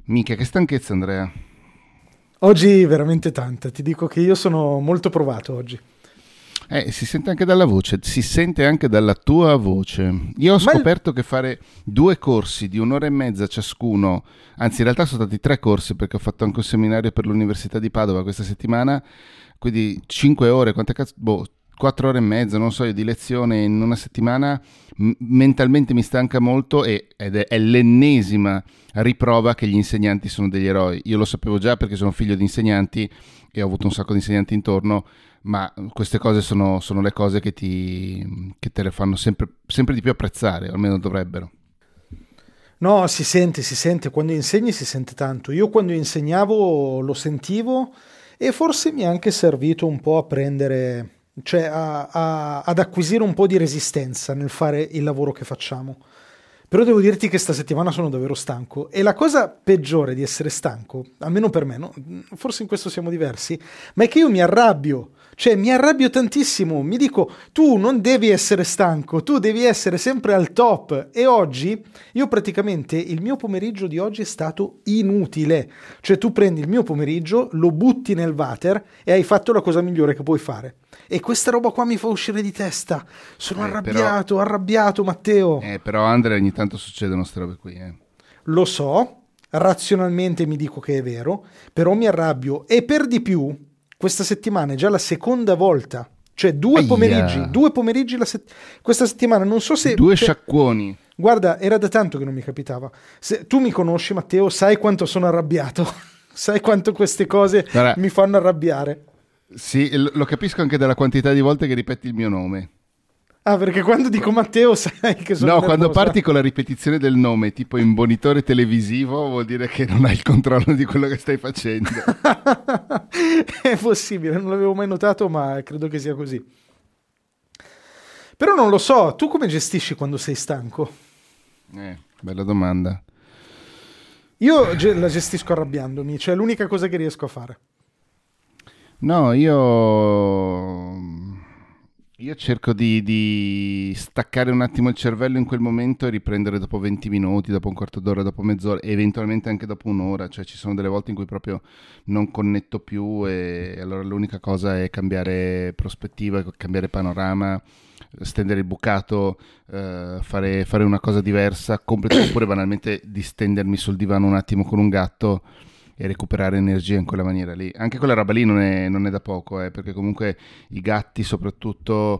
Mica, che stanchezza, Andrea. Oggi veramente tanta, ti dico che io sono molto provato oggi. Si sente anche dalla voce, si sente anche dalla tua voce. Io ho Ma il- scoperto che fare 2 corsi di 1 ora e mezza ciascuno, anzi in realtà sono stati 3 corsi perché ho fatto anche un seminario per l'Università di Padova questa settimana, quindi 5 ore, quante cazzo, 4 ore e mezza, non so io, di lezione in una settimana, mentalmente mi stanca molto ed è l'ennesima riprova che gli insegnanti sono degli eroi. Io lo sapevo già perché sono figlio di insegnanti e ho avuto un sacco di insegnanti intorno, ma queste cose sono le cose che te le fanno sempre di più apprezzare, o almeno dovrebbero. no, si sente, quando insegni si sente tanto. Io quando insegnavo lo sentivo e forse mi è anche servito un po' a prendere, cioè ad acquisire un po' di resistenza nel fare il lavoro che facciamo. Però devo dirti che sta settimana sono davvero stanco e la cosa peggiore di essere stanco, almeno per me, no? Forse in questo siamo diversi, ma è che io mi arrabbio, cioè mi arrabbio tantissimo, mi dico tu non devi essere stanco, tu devi essere sempre al top e oggi io praticamente il mio pomeriggio di oggi è stato inutile, cioè tu prendi il mio pomeriggio, lo butti nel water e hai fatto la cosa migliore che puoi fare. E questa roba qua mi fa uscire di testa. Sono arrabbiato, arrabbiato, Matteo. Però Andrea, ogni tanto succedono queste robe qui. Lo so, razionalmente mi dico che è vero, però mi arrabbio e per di più, questa settimana è già la seconda volta, cioè Aia, due pomeriggi questa settimana, non so se... due sciacquoni. Guarda, era da tanto che non mi capitava. Se tu mi conosci, Matteo, sai quanto sono arrabbiato, sai quanto queste cose Guarda, mi fanno arrabbiare. sì, lo capisco anche dalla quantità di volte che ripeti il mio nome. Ah, perché quando dico Matteo sai che sono No, quando nervoso. parti con la ripetizione del nome, tipo imbonitore televisivo, vuol dire che non hai il controllo di quello che stai facendo. È possibile, non l'avevo mai notato, ma credo che sia così. Però non lo so, tu come gestisci quando sei stanco? Bella domanda. Io la gestisco arrabbiandomi, cioè è l'unica cosa che riesco a fare. No, io cerco di staccare un attimo il cervello in quel momento e riprendere dopo 20 minuti, dopo un quarto d'ora, dopo mezz'ora, e eventualmente anche dopo un'ora. Cioè ci sono delle volte in cui proprio non connetto più e allora l'unica cosa è cambiare prospettiva, cambiare panorama, stendere il bucato, fare una cosa diversa, oppure banalmente distendermi sul divano un attimo con un gatto e recuperare energia in quella maniera lì. Anche quella roba lì non è da poco, perché comunque i gatti soprattutto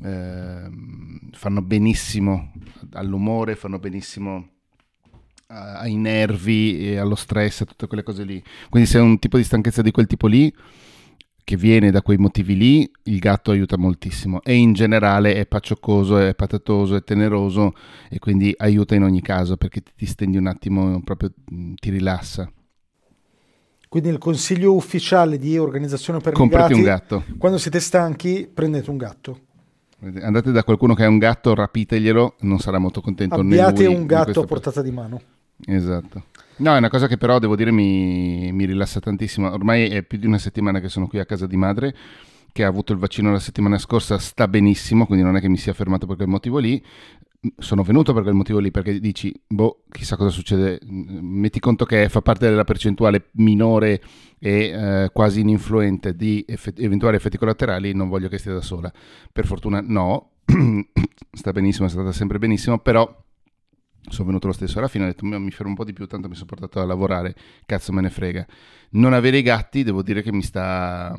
fanno benissimo all'umore, fanno benissimo ai nervi e allo stress, a tutte quelle cose lì. Quindi se è un tipo di stanchezza di quel tipo lì, che viene da quei motivi lì, il gatto aiuta moltissimo e in generale è pacioccoso, è patatoso, è teneroso e quindi aiuta in ogni caso perché ti stendi un attimo, proprio ti rilassa. Quindi il consiglio ufficiale di organizzazione per i Comprati un gatti, gatto. quando siete stanchi, prendete un gatto. Andate da qualcuno che ha un gatto, rapiteglielo, non sarà molto contento né Abbiate lui un né gatto questa a portata di mano. Esatto. No, è una cosa che però devo dire mi rilassa tantissimo. Ormai è più di una settimana che sono qui a casa di madre, che ha avuto il vaccino la settimana scorsa, sta benissimo, quindi non è che mi sia fermato per quel motivo lì. Sono venuto per quel motivo lì, perché dici, boh, chissà cosa succede. Metti conto che fa parte della percentuale minore e quasi ininfluente di eventuali effetti collaterali, non voglio che stia da sola. Per fortuna no, sta benissimo, è stata sempre benissimo, però sono venuto lo stesso. Alla fine ho detto mi fermo un po' di più, tanto mi sono portato a lavorare, cazzo me ne frega. Non avere i gatti devo dire che mi sta...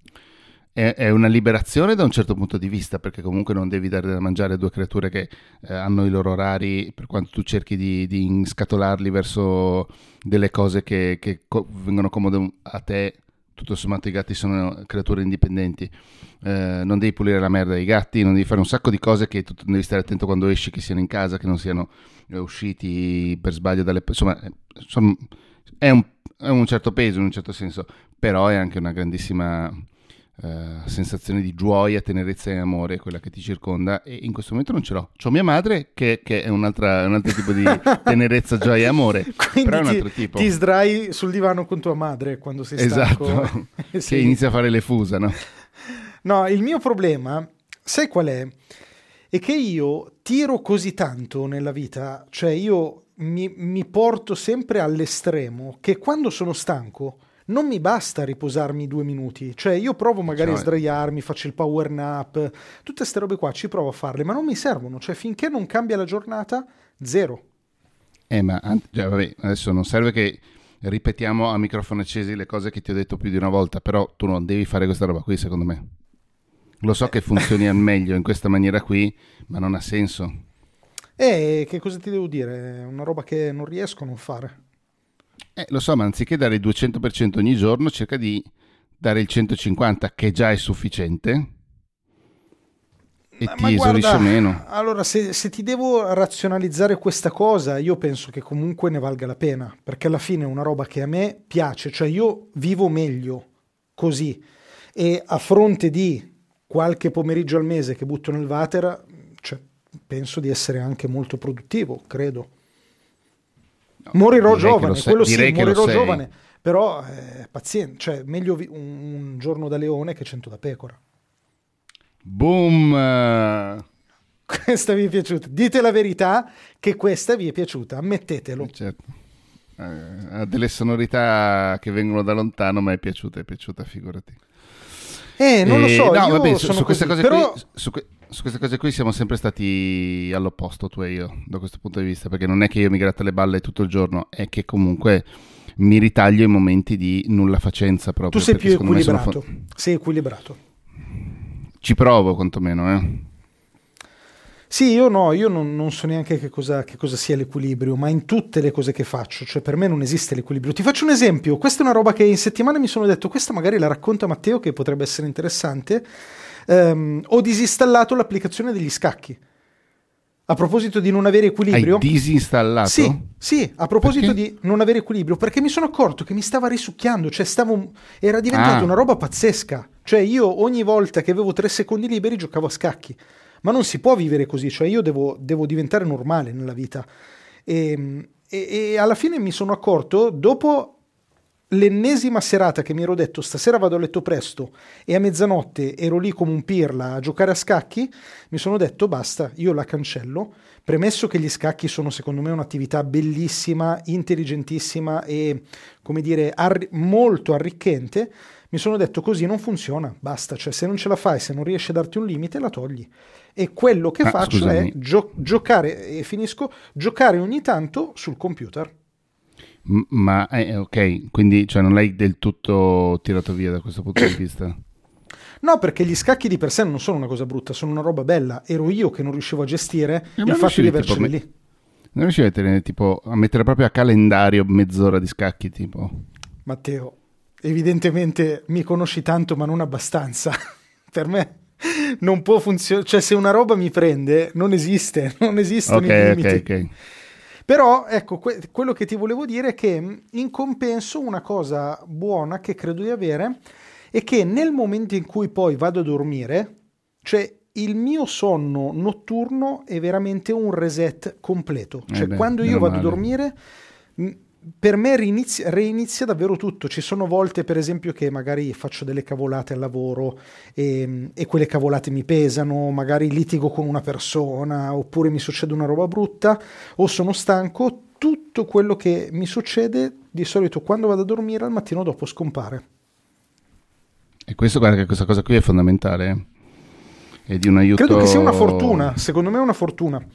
È una liberazione da un certo punto di vista, perché comunque non devi dare da mangiare a 2 creature che hanno i loro orari, per quanto tu cerchi di inscatolarli verso delle cose che vengono comode a te. Tutto sommato i gatti sono creature indipendenti, non devi pulire la merda dei gatti, non devi fare un sacco di cose che tu devi stare attento quando esci, che siano in casa, che non siano usciti per sbaglio dalle... Insomma, è un certo peso in un certo senso, però è anche una grandissima sensazione di gioia, tenerezza e amore, quella che ti circonda, e in questo momento non ce l'ho. C'ho mia madre che è un altro tipo di tenerezza, gioia e amore. Quindi Però è un altro tipo. ti sdrai sul divano con tua madre quando sei stanco. Esatto, Sì. che inizia a fare le fusa, no? No, il mio problema, sai qual è? È che io tiro così tanto nella vita, cioè io mi porto sempre all'estremo che quando sono stanco non mi basta riposarmi 2 minuti, cioè io provo magari a sdraiarmi, faccio il power nap, tutte queste robe qua ci provo a farle, ma non mi servono, cioè finché non cambia la giornata, zero. Vabbè, adesso non serve che ripetiamo a microfono accesi le cose che ti ho detto più di una volta, però tu non devi fare questa roba qui, secondo me. Lo so che funzioni al meglio in questa maniera qui, ma non ha senso. Che cosa ti devo dire? È una roba che non riesco a non fare. Lo so, ma anziché dare il 200% ogni giorno, cerca di dare il 150%, che già è sufficiente, e ti esaurisce meno. Allora, se ti devo razionalizzare questa cosa, io penso che comunque ne valga la pena, perché alla fine è una roba che a me piace, cioè io vivo meglio così, e a fronte di qualche pomeriggio al mese che butto nel water, cioè, penso di essere anche molto produttivo, credo. No, morirò giovane, quello sì, morirò giovane, però pazienza, cioè meglio un giorno da leone che 100 da pecora. Boom! Questa vi è piaciuta? Dite la verità che questa vi è piaciuta, ammettetelo. Certo. Ha delle sonorità che vengono da lontano, ma è piaciuta, figurati. Non lo so, no, io vabbè, sono su queste così, cose però... qui, su queste cose qui siamo sempre stati all'opposto, tu e io, da questo punto di vista, perché non è che io mi gratta le balle tutto il giorno, è che comunque mi ritaglio i momenti di nulla facenza proprio. Tu sei più equilibrato, sei equilibrato. Ci provo quantomeno, Sì, io non so neanche che cosa sia l'equilibrio, ma in tutte le cose che faccio, cioè per me non esiste l'equilibrio. Ti faccio un esempio, questa è una roba che in settimana mi sono detto, questa magari la racconta Matteo che potrebbe essere interessante. Ho disinstallato l'applicazione degli scacchi. A proposito di non avere equilibrio. Hai disinstallato? Sì, a proposito di non avere equilibrio, perché mi sono accorto che mi stava risucchiando, cioè era diventata una roba pazzesca. Cioè io ogni volta che avevo 3 secondi liberi giocavo a scacchi. Ma non si può vivere così, cioè io devo diventare normale nella vita. E alla fine mi sono accorto, dopo l'ennesima serata che mi ero detto stasera vado a letto presto e a mezzanotte ero lì come un pirla a giocare a scacchi, mi sono detto basta, io la cancello, premesso che gli scacchi sono secondo me un'attività bellissima, intelligentissima e come dire molto arricchente. Mi sono detto così non funziona, basta, cioè se non ce la fai, se non riesci a darti un limite la togli. E quello che faccio scusami. è giocare, e finisco, giocare ogni tanto sul computer. Ma ok, quindi cioè, non l'hai del tutto tirato via da questo punto di vista? No, perché gli scacchi di per sé non sono una cosa brutta, sono una roba bella. Ero io che non riuscivo a gestire il fatto di averceli lì. Non riuscivi a tenere, tipo, a mettere proprio a calendario mezz'ora di scacchi, tipo? Matteo, evidentemente mi conosci tanto ma non abbastanza. Per me non può funzionare, cioè se una roba mi prende non esistono i limiti. Ok. Però ecco, quello che ti volevo dire è che in compenso una cosa buona che credo di avere è che nel momento in cui poi vado a dormire, cioè il mio sonno notturno è veramente un reset completo, cioè quando io vado a dormire per me reinizia davvero tutto. Ci sono volte per esempio che magari faccio delle cavolate al lavoro e quelle cavolate mi pesano, magari litigo con una persona oppure mi succede una roba brutta o sono stanco, tutto quello che mi succede di solito quando vado a dormire al mattino dopo scompare. E questo, guarda che questa cosa qui è fondamentale, è di un aiuto. Credo che sia una fortuna, secondo me è una fortuna.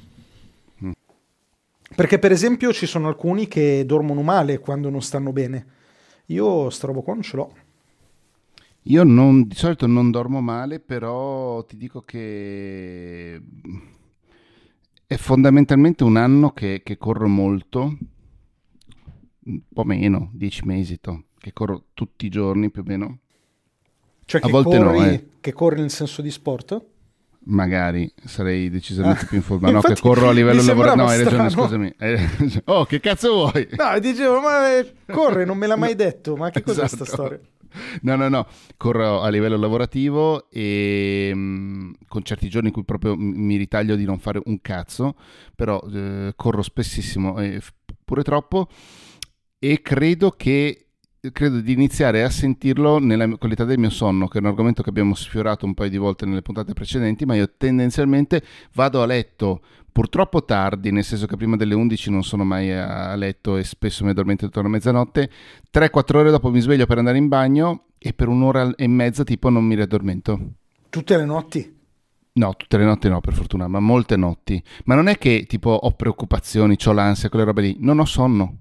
Perché per esempio ci sono alcuni che dormono male quando non stanno bene. Io sta roba qua non ce l'ho. Io di solito non dormo male, però ti dico che è fondamentalmente un anno che corro molto, un po' meno, 10 mesi, che corro tutti i giorni più o meno. Cioè che corri, che corri nel senso di sport? Magari sarei decisamente più informato. No, che corro a livello lavorativo. No, hai ragione, scusami. Oh, che cazzo vuoi? No, dicevo, ma corre, non me l'ha mai detto. Ma che cos'è sta storia? No, corro a livello lavorativo e con certi giorni in cui proprio mi ritaglio di non fare un cazzo, però corro spessissimo, pure troppo, e credo che credo di iniziare a sentirlo nella qualità del mio sonno, che è un argomento che abbiamo sfiorato un paio di volte nelle puntate precedenti, ma io tendenzialmente vado a letto purtroppo tardi, nel senso che prima delle 11 non sono mai a letto e spesso mi addormento intorno a mezzanotte, 3-4 ore dopo mi sveglio per andare in bagno e per un'ora e mezza tipo non mi riaddormento. Tutte le notti? No, tutte le notti no, per fortuna, ma molte notti. Ma non è che tipo ho preoccupazioni, ho l'ansia, quelle robe lì, non ho sonno.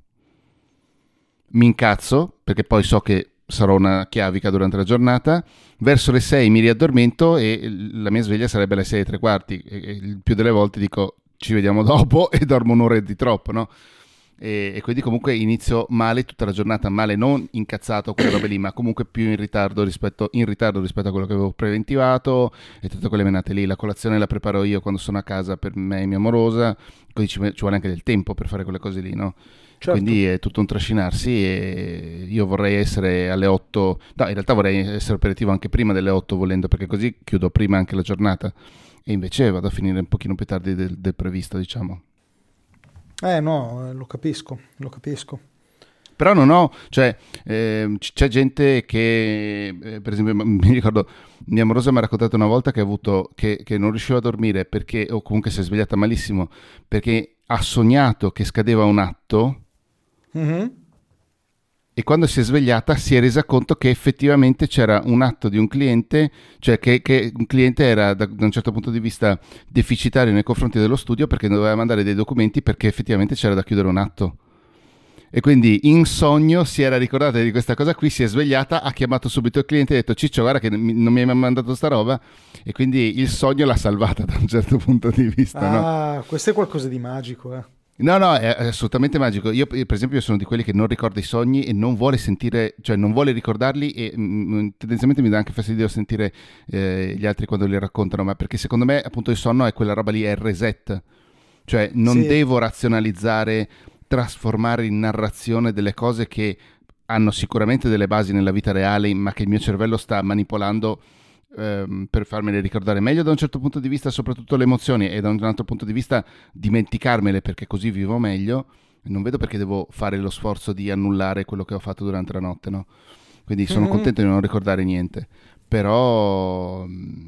Mi incazzo, perché poi so che sarò una chiavica durante la giornata, verso le 6 mi riaddormento e la mia sveglia sarebbe alle 6:15 e il più delle volte dico ci vediamo dopo e dormo un'ora di troppo, no? E quindi comunque inizio male tutta la giornata, male non incazzato quelle robe lì, ma comunque più in ritardo rispetto a quello che avevo preventivato e tutte quelle menate lì. La colazione la preparo io quando sono a casa per me e mia amorosa, quindi ci vuole anche del tempo per fare quelle cose lì, no? Certo. Quindi è tutto un trascinarsi e io vorrei essere alle 8, no, in realtà vorrei essere operativo anche prima delle 8 volendo, perché così chiudo prima anche la giornata e invece vado a finire un pochino più tardi del previsto, diciamo. No, lo capisco. Però non ho, cioè c'è gente che, per esempio, mi ricordo, mia amorosa mi ha raccontato una volta che ha avuto, che non riusciva a dormire perché, o comunque si è svegliata malissimo, perché ha sognato che scadeva un atto. Mm-hmm. E quando si è svegliata si è resa conto che effettivamente c'era un atto di un cliente, cioè che un cliente era da un certo punto di vista deficitario nei confronti dello studio perché doveva mandare dei documenti perché effettivamente c'era da chiudere un atto. E quindi in sogno si era ricordata di questa cosa qui, si è svegliata, ha chiamato subito il cliente e ha detto Ciccio guarda che non mi hai mai mandato sta roba, e quindi il sogno l'ha salvata da un certo punto di vista. No? Questo è qualcosa di magico, eh. No, è assolutamente magico. Io, per esempio, sono di quelli che non ricorda i sogni e non vuole sentire, cioè non vuole ricordarli e tendenzialmente mi dà anche fastidio sentire gli altri quando li raccontano, ma perché secondo me appunto il sonno è quella roba lì, è il reset. Cioè non devo razionalizzare, trasformare in narrazione delle cose che hanno sicuramente delle basi nella vita reale, ma che il mio cervello sta manipolando per farmele ricordare meglio da un certo punto di vista, soprattutto le emozioni, e da un altro punto di vista dimenticarmele perché così vivo meglio. Non vedo perché devo fare lo sforzo di annullare quello che ho fatto durante la notte, no? Quindi sono contento di non ricordare niente, però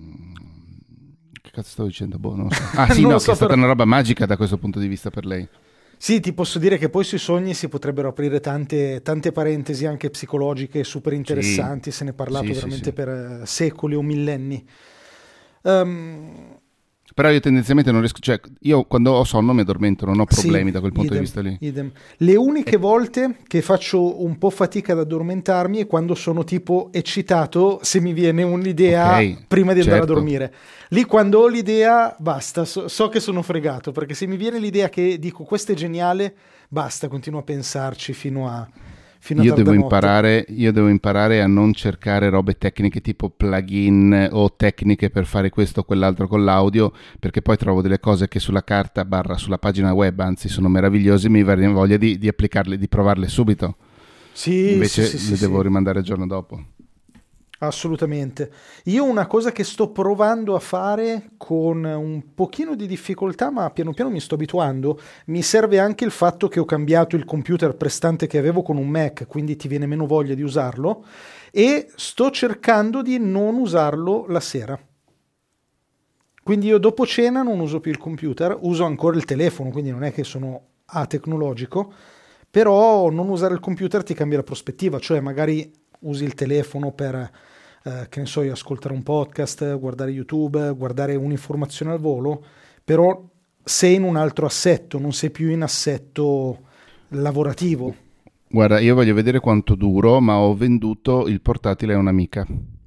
che cazzo stavo dicendo? Boh, non lo so. Ah sì, no, so, che è stata una roba magica da questo punto di vista per lei. Sì, ti posso dire che poi sui sogni si potrebbero aprire tante parentesi anche psicologiche super interessanti, se ne è parlato veramente per secoli o millenni. Però io tendenzialmente non riesco, cioè io quando ho sonno mi addormento, non ho problemi da quel punto di vista lì. Idem. Le uniche volte che faccio un po' fatica ad addormentarmi è quando sono tipo eccitato, se mi viene un'idea prima di andare a dormire. Lì quando ho l'idea basta, so che sono fregato, perché se mi viene l'idea che dico questo è geniale, basta, continuo a pensarci fino a io devo imparare a non cercare robe tecniche tipo plugin o tecniche per fare questo o quell'altro con l'audio, perché poi trovo delle cose che sulla carta / sulla pagina web anzi sono meravigliose e mi viene voglia di applicarle, di provarle subito. Invece le devo rimandare il giorno dopo. Assolutamente. Io una cosa che sto provando a fare con un pochino di difficoltà, ma piano piano mi sto abituando, mi serve anche il fatto che ho cambiato il computer prestante che avevo con un Mac, quindi ti viene meno voglia di usarlo, e sto cercando di non usarlo la sera. Quindi io dopo cena non uso più il computer, uso ancora il telefono, quindi non è che sono atecnologico, però non usare il computer ti cambia la prospettiva, cioè magari usi il telefono per, che ne so io, ascoltare un podcast, guardare YouTube, guardare un'informazione al volo, però sei in un altro assetto, non sei più in assetto lavorativo. Guarda, io voglio vedere quanto duro, ma ho venduto il portatile a un'amica.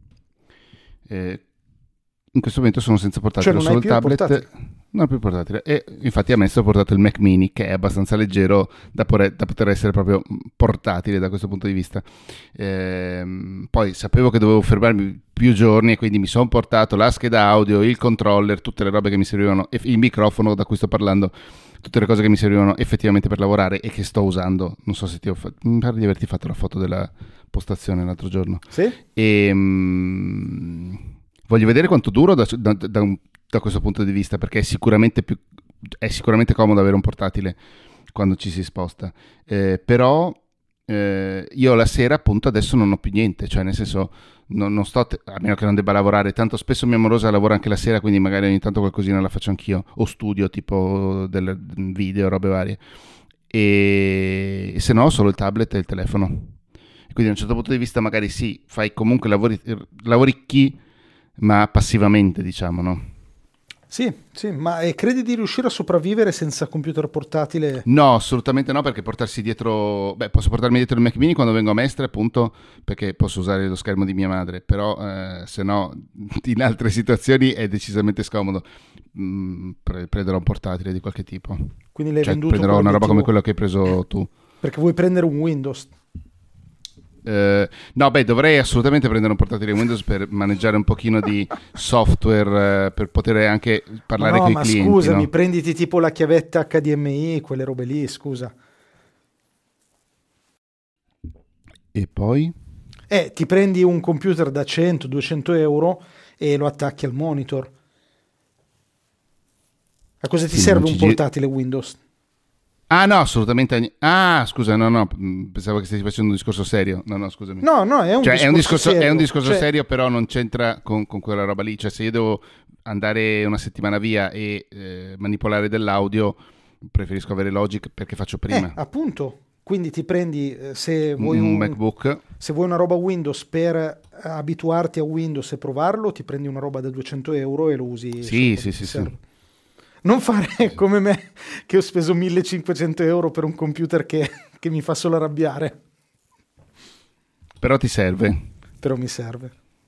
In questo momento sono senza portatile, cioè, solo il tablet. Non più portatile. E infatti a me ho portato il Mac Mini, che è abbastanza leggero da poter essere proprio portatile da questo punto di vista. Poi sapevo che dovevo fermarmi più giorni e quindi mi sono portato la scheda audio, il controller, tutte le robe che mi servivano, il microfono da cui sto parlando, tutte le cose che mi servivano effettivamente per lavorare e che sto usando. Non so se mi pare di averti fatto la foto della postazione l'altro giorno. Sì? Voglio vedere quanto duro da questo punto di vista, perché è sicuramente comodo avere un portatile quando ci si sposta, però io la sera appunto adesso non ho più niente, cioè nel senso non sto, a meno che non debba lavorare, tanto spesso mia amorosa lavora anche la sera, quindi magari ogni tanto qualcosina la faccio anch'io, o studio tipo del video, robe varie, e se no solo il tablet e il telefono. E quindi da un certo punto di vista magari sì, fai comunque lavoricchi, ma passivamente, diciamo, no? Sì, sì, ma credi di riuscire a sopravvivere senza computer portatile? No, assolutamente no, perché portarsi dietro... Beh, posso portarmi dietro il Mac mini quando vengo a Mestre, appunto, perché posso usare lo schermo di mia madre, però se no, in altre situazioni è decisamente scomodo. Prenderò un portatile di qualche tipo. Quindi l'hai Cioè, venduto prenderò per una roba come obiettivo- quello che hai preso tu. perché vuoi prendere un Windows. No, beh, dovrei assolutamente prendere un portatile Windows per maneggiare un pochino di software, per poter anche Ma parlare no, con i ma clienti, scusami, no? prenditi tipo la chiavetta HDMI, quelle robe lì, scusa. E poi? Ti prendi un computer da 100-200 euro e lo attacchi al monitor. A cosa ti Sì, ma non serve un ci portatile Windows? Ah no, assolutamente. Ah, scusa, no, pensavo che stessi facendo un discorso serio. No, scusami. No, no, è un Cioè, discorso è un serio. discorso Cioè, serio, però non c'entra con quella roba lì. Cioè, se io devo andare una settimana via e manipolare dell'audio, preferisco avere Logic perché faccio prima. appunto, quindi ti prendi, se vuoi Un MacBook. se vuoi una roba Windows per abituarti a Windows e provarlo, ti prendi una roba da 200 euro e lo usi Sì, solo sì, quando sì, ti sì. serve. Non fare come me, che ho speso 1500 euro per un computer che mi fa solo arrabbiare, Però ti serve. però mi serve.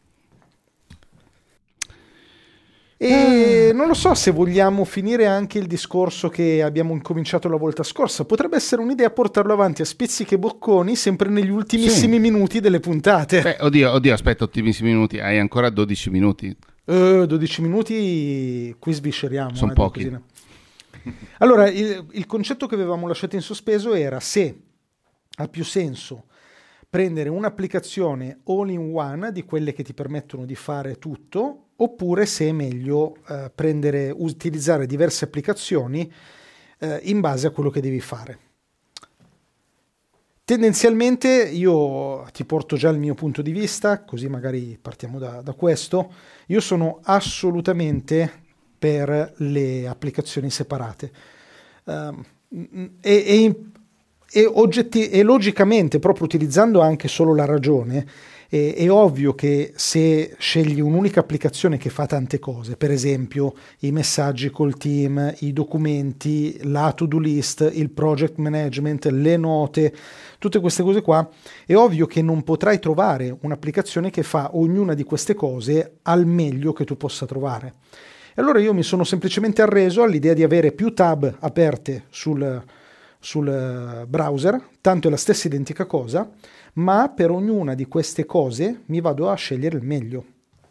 E non lo so se vogliamo finire anche il discorso che abbiamo incominciato la volta scorsa. Potrebbe essere un'idea portarlo avanti a spizzichi e bocconi sempre negli ultimissimi Sì. minuti delle puntate. Beh, oddio, aspetta, ultimissimi minuti. Hai ancora 12 minuti. 12 minuti, qui svisceriamo. Sono pochi. qualcosina. Allora, il concetto che avevamo lasciato in sospeso era se ha più senso prendere un'applicazione all-in-one di quelle che ti permettono di fare tutto, oppure se è meglio utilizzare diverse applicazioni in base a quello che devi fare. Tendenzialmente io ti porto già il mio punto di vista, così magari partiamo da questo. Io sono assolutamente per le applicazioni separate. E logicamente, proprio utilizzando anche solo la ragione, è ovvio che se scegli un'unica applicazione che fa tante cose, per esempio i messaggi col team, i documenti, la to-do list, il project management, le note, tutte queste cose qua, è ovvio che non potrai trovare un'applicazione che fa ognuna di queste cose al meglio che tu possa trovare. E allora io mi sono semplicemente arreso all'idea di avere più tab aperte sul browser, tanto è la stessa identica cosa, ma per ognuna di queste cose mi vado a scegliere il meglio.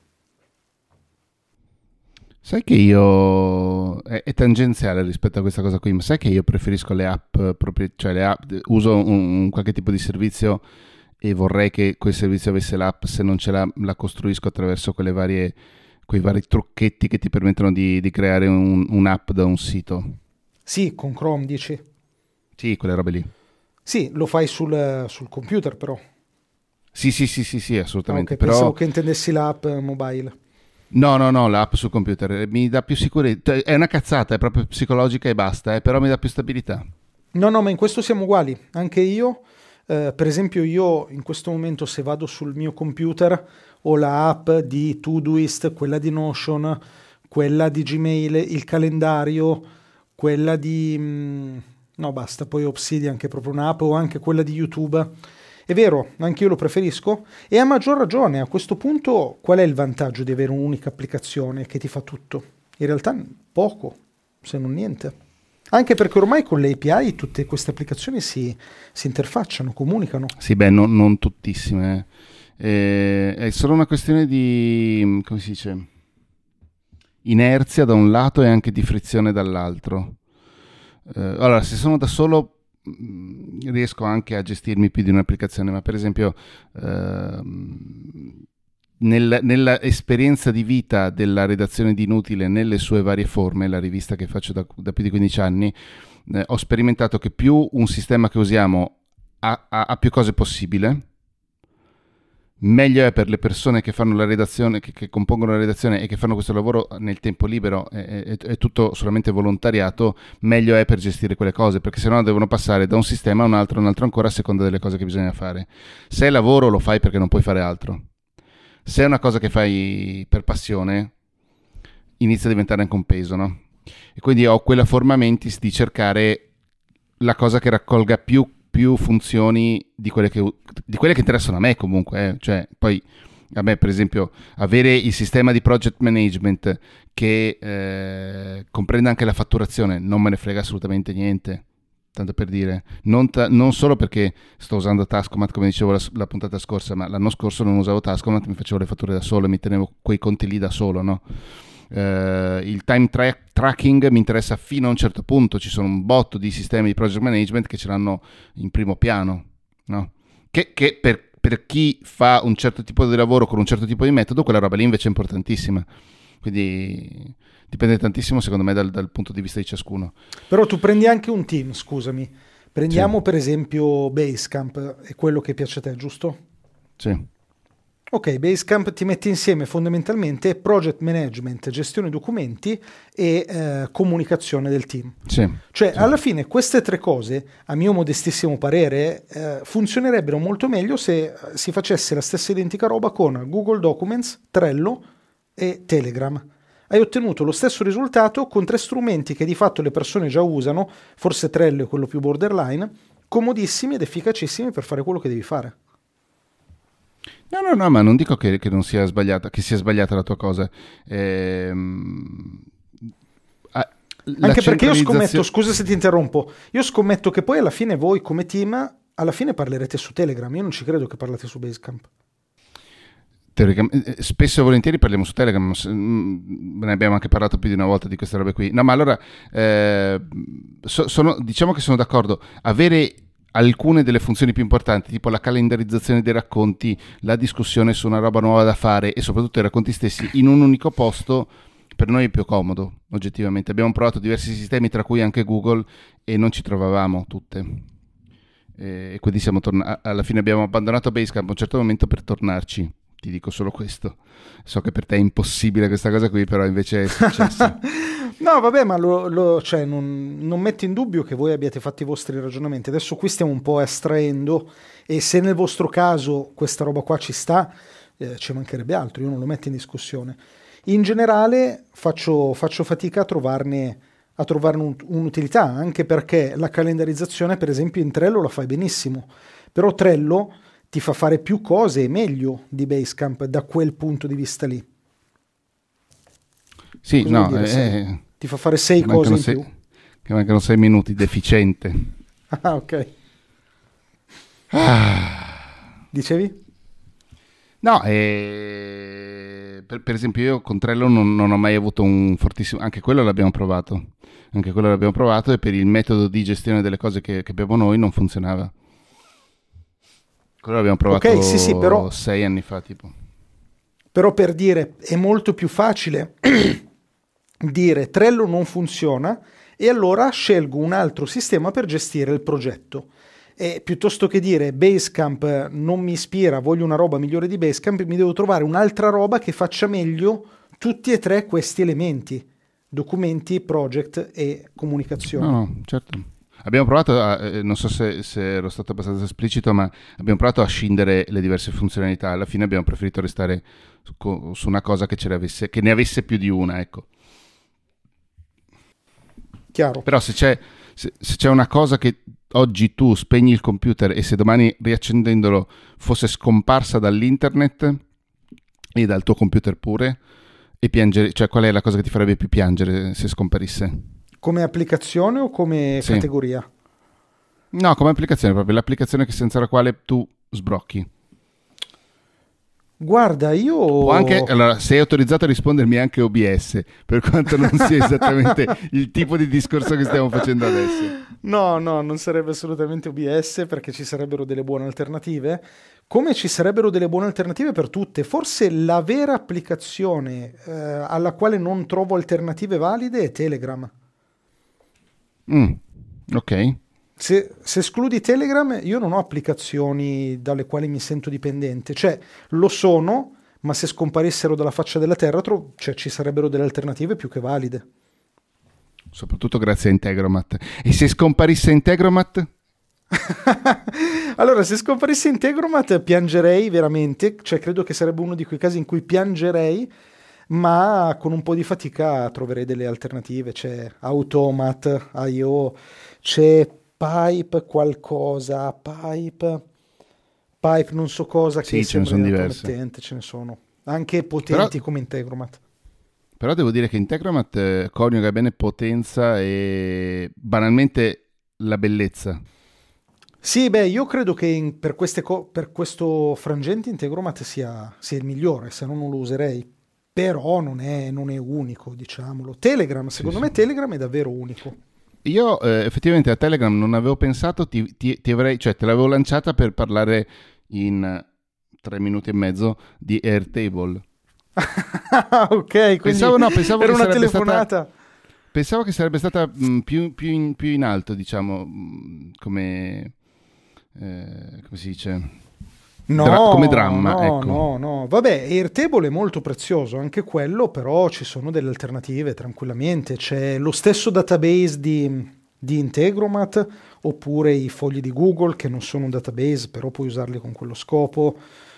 Sai che io è tangenziale rispetto a questa cosa qui, ma sai che io preferisco le app proprio, cioè le app, uso un qualche tipo di servizio e vorrei che quel servizio avesse l'app, se non ce l'ha la costruisco attraverso quei vari trucchetti che ti permettono di creare un'app da un sito. Sì, con Chrome dici? Sì, quelle robe lì. Sì, lo fai sul computer però. Sì, assolutamente. Ok, Però pensavo che intendessi l'app mobile. no, l'app sul computer mi dà più sicurezza. Cioè, è una cazzata, è proprio psicologica e basta, però mi dà più stabilità. No, ma in questo siamo uguali. Anche io, per esempio, io in questo momento se vado sul mio computer ho la app di Todoist, quella di Notion, quella di Gmail, il calendario, quella di... no, basta, poi Obsidian che è proprio un'app, o anche quella di YouTube. È vero, anche io lo preferisco e a maggior ragione a questo punto qual è il vantaggio di avere un'unica applicazione che ti fa tutto? In realtà poco, se non niente. Anche perché ormai con le API tutte queste applicazioni si interfacciano, comunicano. Sì, beh, non tuttissime. È solo una questione di, come si dice, inerzia da un lato e anche di frizione dall'altro. Allora, se sono da solo riesco anche a gestirmi più di un'applicazione, ma per esempio nella esperienza di vita della redazione di Inutile nelle sue varie forme, la rivista che faccio da più di 15 anni, ho sperimentato che più un sistema che usiamo a più cose possibile. Meglio è per le persone che fanno la redazione, che compongono la redazione e che fanno questo lavoro nel tempo libero, è tutto solamente volontariato, meglio è per gestire quelle cose, perché sennò devono passare da un sistema a un altro ancora a seconda delle cose che bisogna fare. Se è lavoro lo fai perché non puoi fare altro. Se è una cosa che fai per passione, inizia a diventare anche un peso, no? E quindi ho quella forma mentis di cercare la cosa che raccolga più funzioni di quelle che interessano a me comunque, cioè poi a me per esempio avere il sistema di project management che comprenda anche la fatturazione non me ne frega assolutamente niente, tanto per dire, non solo perché sto usando Taskomat come dicevo la puntata scorsa, ma l'anno scorso non usavo Taskomat, mi facevo le fatture da solo e mi tenevo quei conti lì da solo, no? Il time tracking mi interessa fino a un certo punto, ci sono un botto di sistemi di project management che ce l'hanno in primo piano, no? Che per chi fa un certo tipo di lavoro con un certo tipo di metodo, quella roba lì invece è importantissima, quindi dipende tantissimo secondo me dal punto di vista di ciascuno. Però tu prendi anche un team, scusami, prendiamo per esempio Basecamp, è quello che piace a te, giusto? Sì. Ok, Basecamp ti mette insieme fondamentalmente project management, gestione documenti e comunicazione del team. Sì, cioè, sì. Alla fine queste tre cose, a mio modestissimo parere, funzionerebbero molto meglio se si facesse la stessa identica roba con Google Documents, Trello e Telegram. Hai ottenuto lo stesso risultato con tre strumenti che di fatto le persone già usano, forse Trello è quello più borderline, comodissimi ed efficacissimi per fare quello che devi fare. No, ma non dico che non sia sbagliata, che sia sbagliata la tua cosa. Anche perché io scommetto, scusa se ti interrompo, io scommetto che poi alla fine voi come team, alla fine parlerete su Telegram, io non ci credo che parlate su Basecamp. Spesso e volentieri parliamo su Telegram, ne abbiamo anche parlato più di una volta di queste robe qui. No, ma allora, diciamo che sono d'accordo, avere alcune delle funzioni più importanti, tipo la calendarizzazione dei racconti, la discussione su una roba nuova da fare e soprattutto i racconti stessi in un unico posto, per noi è più comodo, oggettivamente. Abbiamo provato diversi sistemi, tra cui anche Google, e non ci trovavamo tutte. E quindi siamo alla fine abbiamo abbandonato Basecamp a un certo momento per tornarci. Ti dico solo questo. So che per te è impossibile questa cosa qui, però invece è successo. No, vabbè, ma cioè, non metto in dubbio che voi abbiate fatto i vostri ragionamenti. Adesso qui stiamo un po' estraendo e se nel vostro caso questa roba qua ci sta, ci mancherebbe altro, io non lo metto in discussione. In generale faccio fatica a trovarne un'utilità, anche perché la calendarizzazione, per esempio, in Trello la fai benissimo, però Trello ti fa fare più cose e meglio di Basecamp da quel punto di vista lì. Sì, cosa no, dire, ti fa fare 6 cose in più. Che mancano 6 minuti, deficiente. Ah, ok. Dicevi? No, per esempio io con Trello non ho mai avuto un fortissimo... Anche quello l'abbiamo provato e per il metodo di gestione delle cose che abbiamo noi non funzionava. Quello l'abbiamo provato okay, sì, però, 6 anni fa, tipo. Però per dire, è molto più facile dire Trello non funziona e allora scelgo un altro sistema per gestire il progetto. E piuttosto che dire Basecamp non mi ispira, voglio una roba migliore di Basecamp, mi devo trovare un'altra roba che faccia meglio tutti e tre questi elementi: documenti, project e comunicazione. No, certo. Abbiamo provato non so se ero stato abbastanza esplicito, ma abbiamo provato a scindere le diverse funzionalità. Alla fine abbiamo preferito restare su una cosa che ne avesse più di una, ecco. Chiaro. Però se c'è una cosa che oggi tu spegni il computer e se domani riaccendendolo fosse scomparsa dall'internet e dal tuo computer pure, e piangere, cioè qual è la cosa che ti farebbe più piangere se scomparisse? Come applicazione o come categoria? No, come applicazione, proprio l'applicazione senza la quale tu sbrocchi. Guarda, io... O anche, allora, sei autorizzato a rispondermi anche OBS, per quanto non sia esattamente il tipo di discorso che stiamo facendo adesso. No, non sarebbe assolutamente OBS, perché ci sarebbero delle buone alternative. Come ci sarebbero delle buone alternative per tutte. Forse la vera applicazione alla quale non trovo alternative valide è Telegram. Ok. Se escludi Telegram, io non ho applicazioni dalle quali mi sento dipendente, cioè lo sono, ma se scomparissero dalla faccia della terra, cioè, ci sarebbero delle alternative più che valide. Soprattutto grazie a Integromat. E se scomparisse Integromat? Allora, se scomparisse Integromat piangerei veramente, cioè credo che sarebbe uno di quei casi in cui piangerei, ma con un po' di fatica troverei delle alternative. C'è Automat, IO, c'è Pipe qualcosa, Pipe non so cosa, sì, che ce ne sono sembra diverse. promettente, ce ne sono anche potenti Però, come Integromat. però devo dire che Integromat coniuga bene potenza e banalmente la bellezza. Sì, beh, io credo che per questo frangente Integromat sia il migliore, se no non lo userei. Però non è unico, diciamolo. Telegram, secondo me Telegram è davvero unico. Io effettivamente a Telegram non avevo pensato, ti avrei, cioè te l'avevo lanciata per parlare in 3 minuti e mezzo di Airtable. Ok, quindi Pensavo per che una sarebbe telefonata. Pensavo che sarebbe stata più in alto, diciamo, come si dice? No, come dramma, no, ecco. no. Vabbè, Airtable è molto prezioso, anche quello, però ci sono delle alternative tranquillamente. C'è lo stesso database di Integromat, oppure i fogli di Google, che non sono un database, però puoi usarli con quello scopo.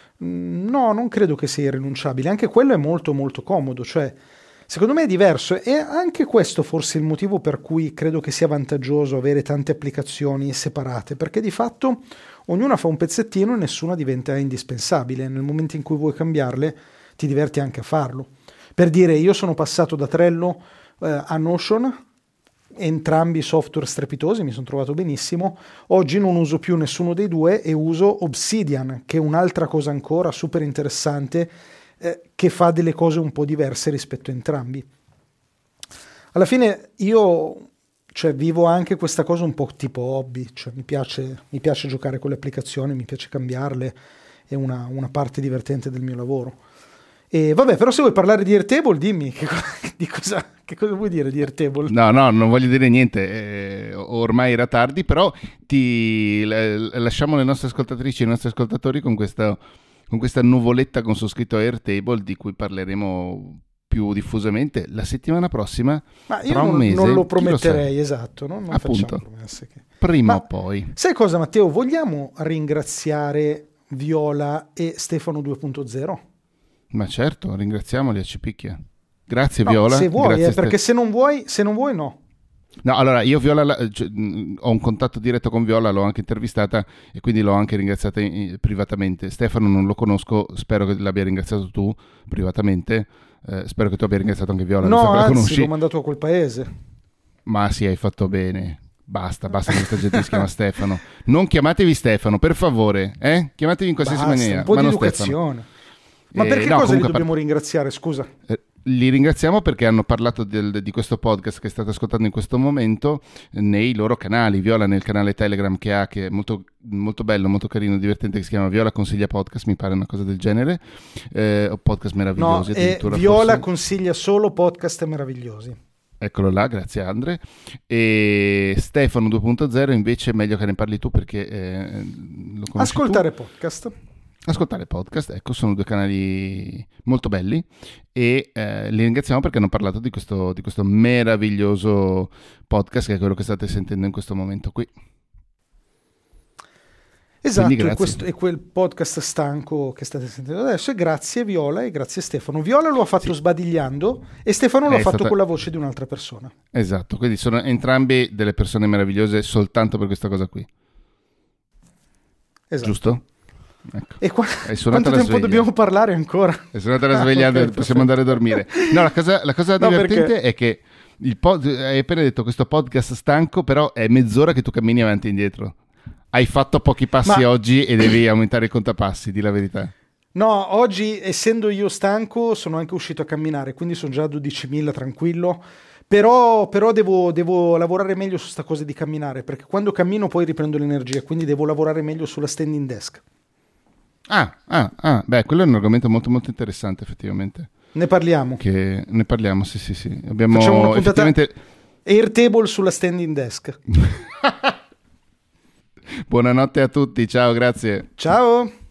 No, non credo che sia irrinunciabile. Anche quello è molto molto comodo, cioè secondo me è diverso, e anche questo forse è il motivo per cui credo che sia vantaggioso avere tante applicazioni separate, perché di fatto ognuna fa un pezzettino e nessuna diventa indispensabile. Nel momento in cui vuoi cambiarle, ti diverti anche a farlo. Per dire, io sono passato da Trello a Notion, entrambi software strepitosi, mi sono trovato benissimo. Oggi non uso più nessuno dei due e uso Obsidian, che è un'altra cosa ancora super interessante, che fa delle cose un po' diverse rispetto a entrambi. Alla fine io, cioè, vivo anche questa cosa un po' tipo hobby, cioè mi piace giocare con le applicazioni, mi piace cambiarle, è una parte divertente del mio lavoro. E vabbè, però se vuoi parlare di Airtable, dimmi che cosa vuoi dire di Airtable? No, non voglio dire niente, ormai era tardi, però lasciamo le nostre ascoltatrici e i nostri ascoltatori con questa nuvoletta con su scritto Airtable, di cui parleremo più diffusamente la settimana prossima. Ma io tra un mese, non lo chi lo sa? prometterei, esatto, no? Non Appunto, facciamo promesse. prima o poi. Sai cosa, Matteo? Vogliamo ringraziare Viola e Stefano 2.0? Ma certo, ringraziamoli a Cipicchia. Grazie No, Viola. se vuoi, grazie perché se non vuoi, no. No, allora io Viola ho un contatto diretto con Viola, l'ho anche intervistata e quindi l'ho anche ringraziata privatamente. Stefano non lo conosco, spero che l'abbia ringraziato tu privatamente. Spero che tu abbia ringraziato anche Viola. No, la anzi, conosci. l'ho mandato a quel paese. Ma sì, hai fatto bene. Basta, questa gente si chiama Stefano. Non chiamatevi Stefano, per favore, Chiamatevi in qualsiasi maniera. Un po' ma di non educazione. Stefano. Ma perché no, cosa li comunque, dobbiamo ringraziare, scusa? Li ringraziamo perché hanno parlato di questo podcast che state ascoltando in questo momento nei loro canali. Viola nel canale Telegram che è molto, molto bello, molto carino, divertente, che si chiama Viola Consiglia Podcast, mi pare una cosa del genere, o podcast meravigliosi. No, Viola consiglia solo podcast meravigliosi. Eccolo là, grazie Andre. E Stefano 2.0 invece è meglio che ne parli tu perché lo conosci Ascoltare tu. podcast. Ascoltare podcast, ecco, sono due canali molto belli e li ringraziamo perché hanno parlato di questo meraviglioso podcast che è quello che state sentendo in questo momento qui. Esatto, questo è quel podcast stanco che state sentendo adesso, e grazie Viola e grazie Stefano. Viola lo ha fatto sbadigliando e Stefano lo ha fatto con la voce di un'altra persona. Esatto, quindi sono entrambi delle persone meravigliose soltanto per questa cosa qui. Esatto. Giusto? Ecco. E quanto tempo dobbiamo parlare ancora? È suonata la sveglia, okay, possiamo andare a dormire. No, la cosa divertente è che hai appena detto questo podcast stanco, però è mezz'ora che tu cammini avanti e indietro. Hai fatto pochi passi oggi e devi aumentare i contapassi, di la verità. No, oggi essendo io stanco sono anche uscito a camminare, quindi sono già a 12.000 tranquillo. Però devo lavorare meglio su sta cosa di camminare, perché quando cammino poi riprendo l'energia, quindi devo lavorare meglio sulla standing desk. Beh, quello è un argomento molto molto interessante, effettivamente. Ne parliamo. Ne parliamo, sì. Facciamo una puntata Airtable sulla standing desk. Buonanotte a tutti, ciao, grazie. Ciao!